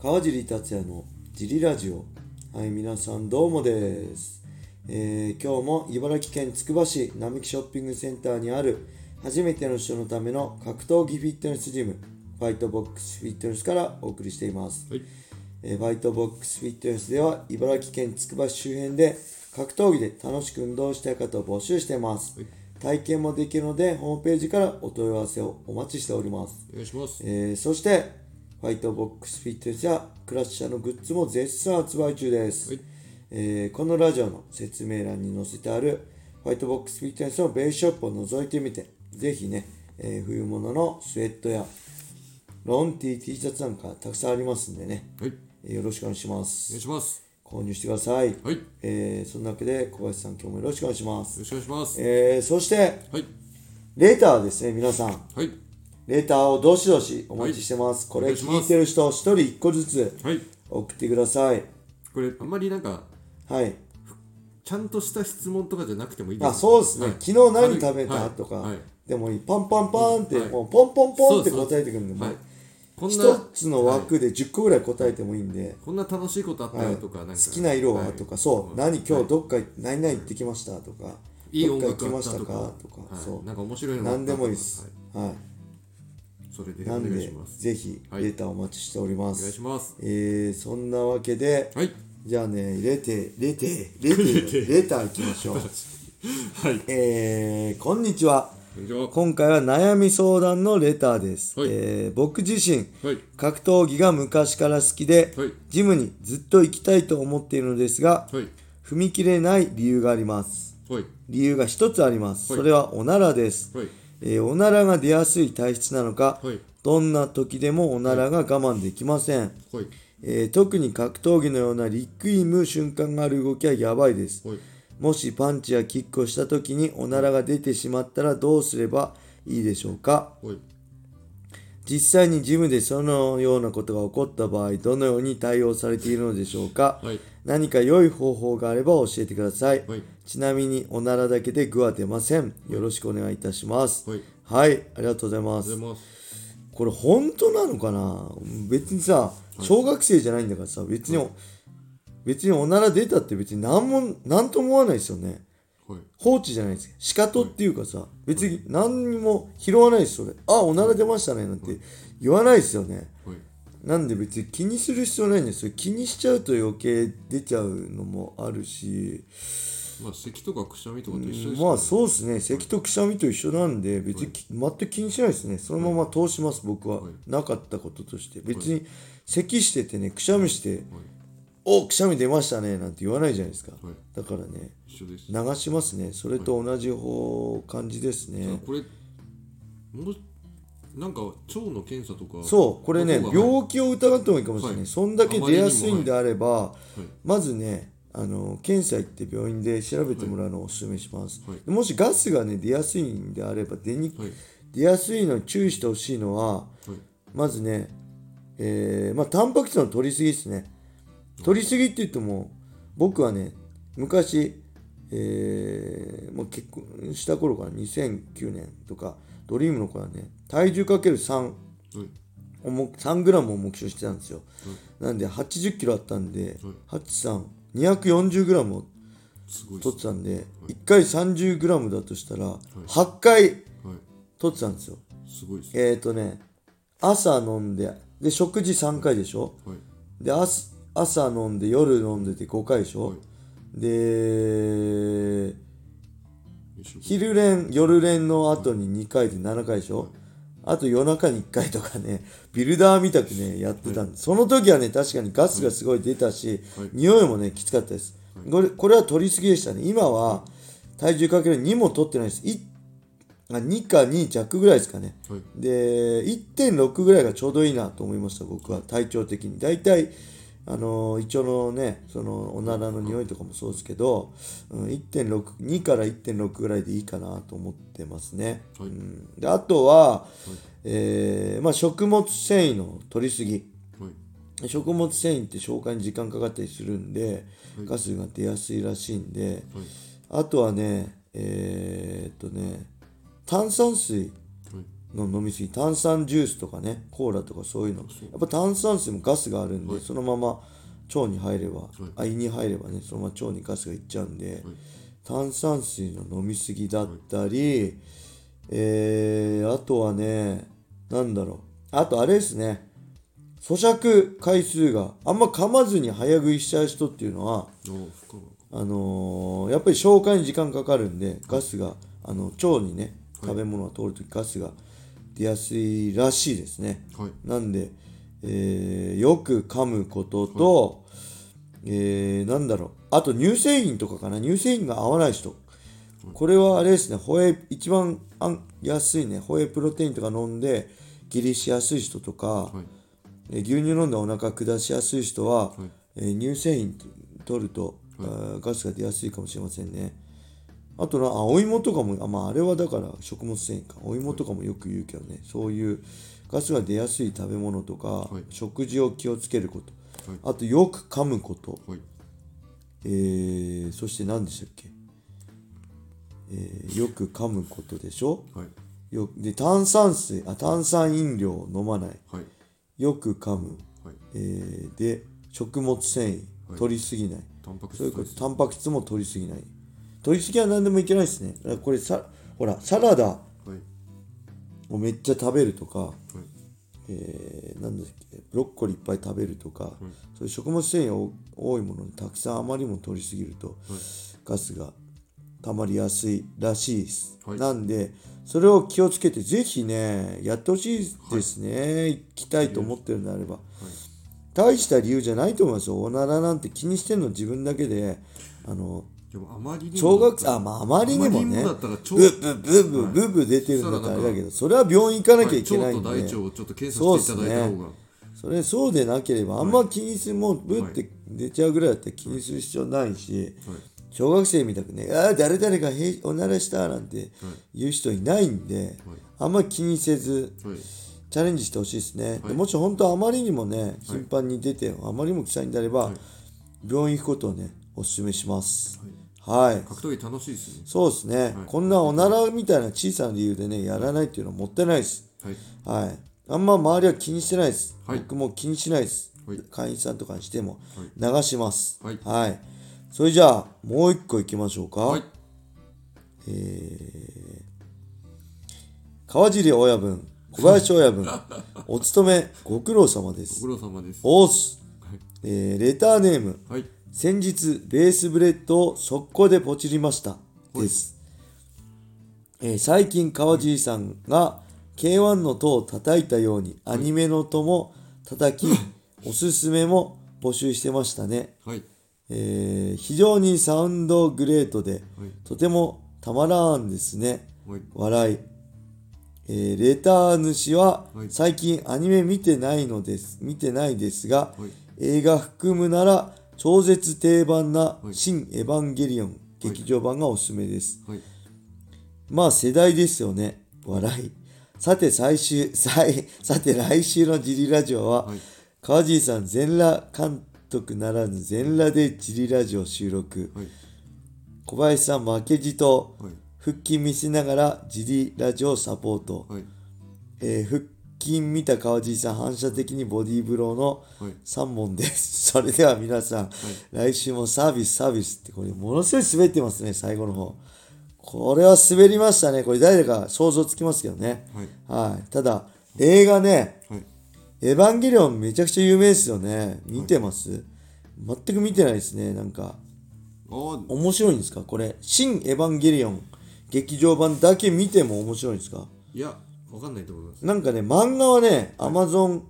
川尻達也のジリラジオ。はい、皆さんどうもです。今日も茨城県つくば市並木ショッピングセンターにある初めての人のための格闘技フィットネスジム、ファイトボックスフィットネスからお送りしています。ファイトボックスフィットネスでは茨城県つくば市周辺で格闘技で楽しく運動したい方を募集しています。体験もできるのでホームページからお問い合わせをお待ちしております。 お願いします。 そしてファイトボックスフィットネスやクラッシャーのグッズも絶賛発売中です。このラジオの説明欄に載せてあるファイトボックスフィットネスのベースショップを覗いてみて、ぜひね、冬物のスウェットやロン T シャツなんかたくさんありますんでね、よろしくお願いします。 お願いします。 購入してください。 はい。 そんなわけで小林さん、今日もよろしくお願いします。 よろしくお願いします。 そして、 はい。 レターですね、皆さん。 はい。 レターをどしどしお待ちしてます。これ聞いてる人一人一個ずつ送ってください。 これあんまりなんか、ちゃんとした質問とかじゃなくてもいいですか？ そうですね。昨日何食べたとかでもいい。パンパンパンってもうポンポンポンって答えてくるんで、一つの枠で10個ぐらい答えてもいいんで、 こんな楽しいことあったよとか、 好きな色はとか、何今日どっか何々行ってきましたとか、 いい音楽どっか行きましたかとか、 なんか面白いの何でもいいです。 それでなんでぜひレターお待ちしております。 お願いします。 そんなわけで、じゃあね、レター行きましょう。こんにちは。今回は悩み相談のレターです。僕自身、格闘技が昔から好きで、ジムにずっと行きたいと思っているのですが、踏み切れない理由があります。理由が一つあります。それはおならです。おならが出やすい体質なのか、どんな時でもおならが我慢できません。特に格闘技のような力む瞬間がある動きはやばいです。もしパンチやキックをした時におならが出てしまったらどうすればいいでしょうか？実際にジムでそのようなことが起こった場合、どのように対応されているのでしょうか？何か良い方法があれば教えてください。ちなみにおならだけで具は出ません。よろしくお願いいたします。はい、ありがとうございます。これ本当なのかな？別にさ、小学生じゃないんだからさ、別におなら出たって別に何とも思わないですよね。放置じゃないですか。仕方っていうかさ、別に何にも拾わないです、それ。おなら出ましたね、なんて言わないですよね。なんで別に気にする必要ないんですよ。気にしちゃうと余計出ちゃうのもあるし、 咳とかくしゃみとかと一緒ですね。 そうですね。咳とくしゃみと一緒なんで、別に全く気にしないですね。そのまま通します、僕は。なかったこととして。別に咳しててね、くしゃみして、くしゃみ出ましたねなんて言わないじゃないですか。だからね、流しますね。それと同じ感じですね。 これなんか腸の検査とか、 これね、病気を疑ってもいいかもしれない。そんだけ出やすいんであれば、まずね、検査行って病院で調べてもらうのをお勧めします。もしガスがね、出やすいんであれば、出やすいのに注意してほしいのは、まずね、タンパク質の取りすぎですね。取りすぎって言っても、僕はね、昔、もう結婚した頃から2009年とか、ドリームの頃はね、体重かける3、3グラムを目標してたんですよ。なんで80キロあったんで、240グラムを取ってたんで、1回30グラムだとしたら、8回取ってたんですよ。朝飲んで、食事3回でしょ。で、朝飲んで夜飲んでて5回でしょ。で、昼練夜練の後に2回で7回でしょ。あと夜中に1回とかね、ビルダーみたくねやってたんで、その時はね確かにガスがすごい出たし、匂いもねきつかったです。これは取りすぎでしたね。今は体重かける2も取ってないです。2か2弱ぐらいですかね。で 1.6 ぐらいがちょうどいいなと思いました。僕は体調的にだいたい胃腸のね、そのおならの匂いとかもそうですけど、2から 1.6 ぐらいでいいかなと思ってますね。であとは、食物繊維の取りすぎ。食物繊維って消化に時間かかったりするんで、ガスが出やすいらしいんで、あとはね、炭酸水の飲みすぎ、炭酸ジュースとかね、コーラとかそういうの、やっぱ炭酸水もガスがあるんで、そのまま腸に入れば、胃に入ればね、そのまま腸にガスがいっちゃうんで、炭酸水の飲みすぎだったり、あとはね、なんだろう、あとあれですね、咀嚼回数があんま噛まずに早食いしちゃう人っていうのは、やっぱり消化に時間かかるんで、ガスが腸にね、食べ物が通るときガスが出やすいらしいですね。なんで、よく噛むことと、なんだろう、あと乳製品とかかな、乳製品が合わない人、これはあれですね、一番安いね、ホエイプロテインとか飲んで下痢しやすい人とか、牛乳飲んでお腹下しやすい人は、乳製品取ると、ガスが出やすいかもしれませんね。あとお芋とかも、あれはだから食物繊維か、お芋とかもよく言うけどね、そういうガスが出やすい食べ物とか、食事を気をつけること、あとよく噛むこと、そして何でしたっけ、よく噛むことでしょ、で炭酸飲料を飲まない、よく噛む、で食物繊維、取りすぎない、そういうこと、タンパク質も取りすぎない、取りすぎは何でもいけないですね。これほらサラダをめっちゃ食べるとか、なんだっけ、ブロッコリーいっぱい食べるとか、そういう食物繊維多いものにたくさんあまりにも取りすぎると、ガスが溜まりやすいらしいです。なんでそれを気をつけてぜひねやってほしいですね。行きたいと思ってるのであれば、大した理由じゃないと思いますよ。おならなんて気にしてんの自分だけで、小学生あまりにもね、ブー出てるんだったらあれだけど、それは病院行かなきゃいけないんで、そうですね。そうでなければあんま気にする、もうブって出ちゃうぐらいだったら気にする必要ないし、小学生みたくね、誰々がおならしたなんて言う人いないんで、あんまり気にせずチャレンジしてほしいですね。もし本当あまりにもね頻繁に出て、あまりにも臭いんであれば、病院行くことをねお勧めします。 格闘技楽しいですね。 そうですね、こんなおならみたいな小さな理由でねやらないっていうのはもったいないです。あんま周りは気にしてないです。僕も気にしないです。会員さんとかにしても流します。それじゃあもう一個いきましょうか。川尻親分、小林親分お勤めご苦労様です。 ご苦労様です。 おーす。レターネーム、先日ベースブレッドを速攻でポチりましたです。最近川尻さんが K1 の塔を叩いたようにアニメの塔も叩きおすすめも募集してましたね。非常にサウンドグレートで、とてもたまらんですね。笑い。レター主は最近アニメ見てないですが、映画含むなら超絶定番な新エヴァンゲリオン劇場版がおすすめです。まあ世代ですよね。笑い。さて来週のジリラジオは、川尻さん全裸監督ならぬ全裸でジリラジオ収録。小林さん負けじと腹筋見せながらジリラジオサポート。腹筋見た川尻さん反射的にボディーブローの3本です。それでは皆さん、来週もサービスって、これものすごい滑ってますね、最後の方。これは滑りましたね。これ誰だか想像つきますけどね。ただ映画ね、エヴァンゲリオンめちゃくちゃ有名ですよね。見てます？全く見てないですね。なんか面白いんですかこれ。新エヴァンゲリオン劇場版だけ見ても面白いんですか？ いや、わかんないと思います。 なんかね、漫画はね、Amazon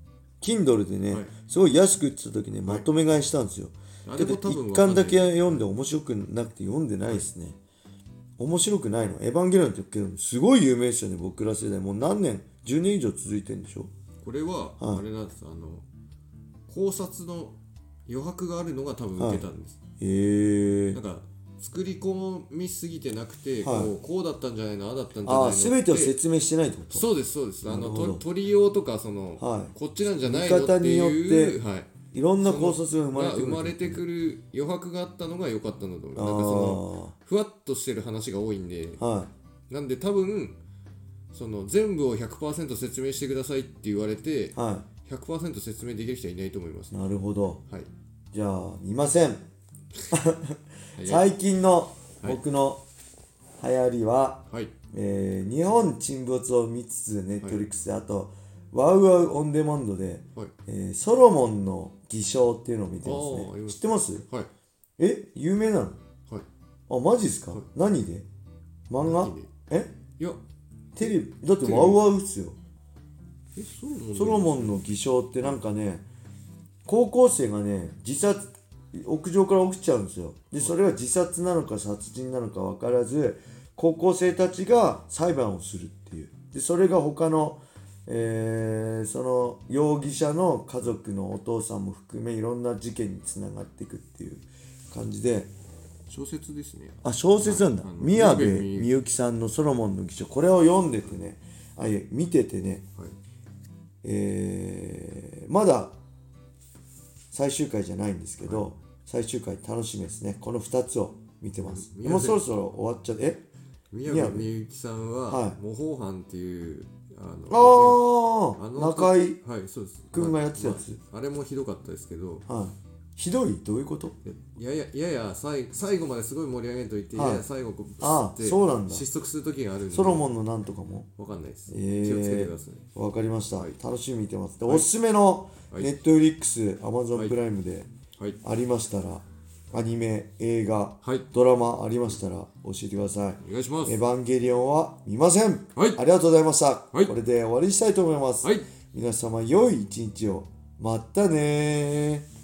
Kindle でね、すごい安く売ってた時ね、まとめ買いしたんですよ。けど一巻だけ読んで面白くなくて読んでないですね。面白くないの。エヴァンゲリオンってけどすごい有名ですよね。僕ら世代もう何年、10年以上続いてるんでしょ。 これはあれなんです。考察の余白があるのが多分受けたんです。なんか作り込みすぎてなくて、こうだったんじゃないの、ああだったんじゃないのって、 全てを説明してないってこと？ そうです。取りようとかこっちなんじゃないのっていういろんな考察が生まれてくる余白があったのが良かったのと、なんかふわっとしてる話が多いんで、なんで多分その全部を 100% 説明してくださいって言われて、 は 100% 説明できる人はいないと思います。 なるほど。 はい。 じゃあ見ません。最近の僕の流行りは、 はい、 日本沈没を見つつネットフリックスで、あとワウワウオンデマンドで、ソロモンの偽証っていうのを見てますね。知ってます？ はい。 有名なの？ はい。 あ、マジですか？何で？漫画？ いや、 テレビだってワウワウっすよ。 ソロモンの偽証ってなんかね、高校生がね、自殺、屋上から落ちちゃうんですよ。で、それは自殺なのか殺人なのか分からず、高校生たちが裁判をするっていう。で、それが他の、その容疑者の家族のお父さんも含めいろんな事件につながっていくっていう感じで。 小説ですね。 あ、小説なんだ。宮部みゆきさんのソロモンの偽証。これを読んでてね、見ててね、まだ最終回じゃないんですけど、最終回楽しみですね。この2つを見てます。もうそろそろ終わっちゃう。 宮部みゆきさんは、模倣犯っていう中井君がやってたやつ、 あれもひどかったですけど、 ひどい？どういうこと？ やや最後まですごい盛り上げといて、やや最後そうなんだ。 失速する時があるんで。 ソロモンのなんとかもわかんないです。気をつけてください。 わかりました。楽しみに見てます。おすすめのネットフリックス、アマゾンプライムでありましたら、アニメ、映画、ドラマありましたら教えてください。 お願いします。 エヴァンゲリオンは見ません。 はい、 ありがとうございました。 はい、 これで終わりにしたいと思います。 はい、 皆様良い一日を。またねー。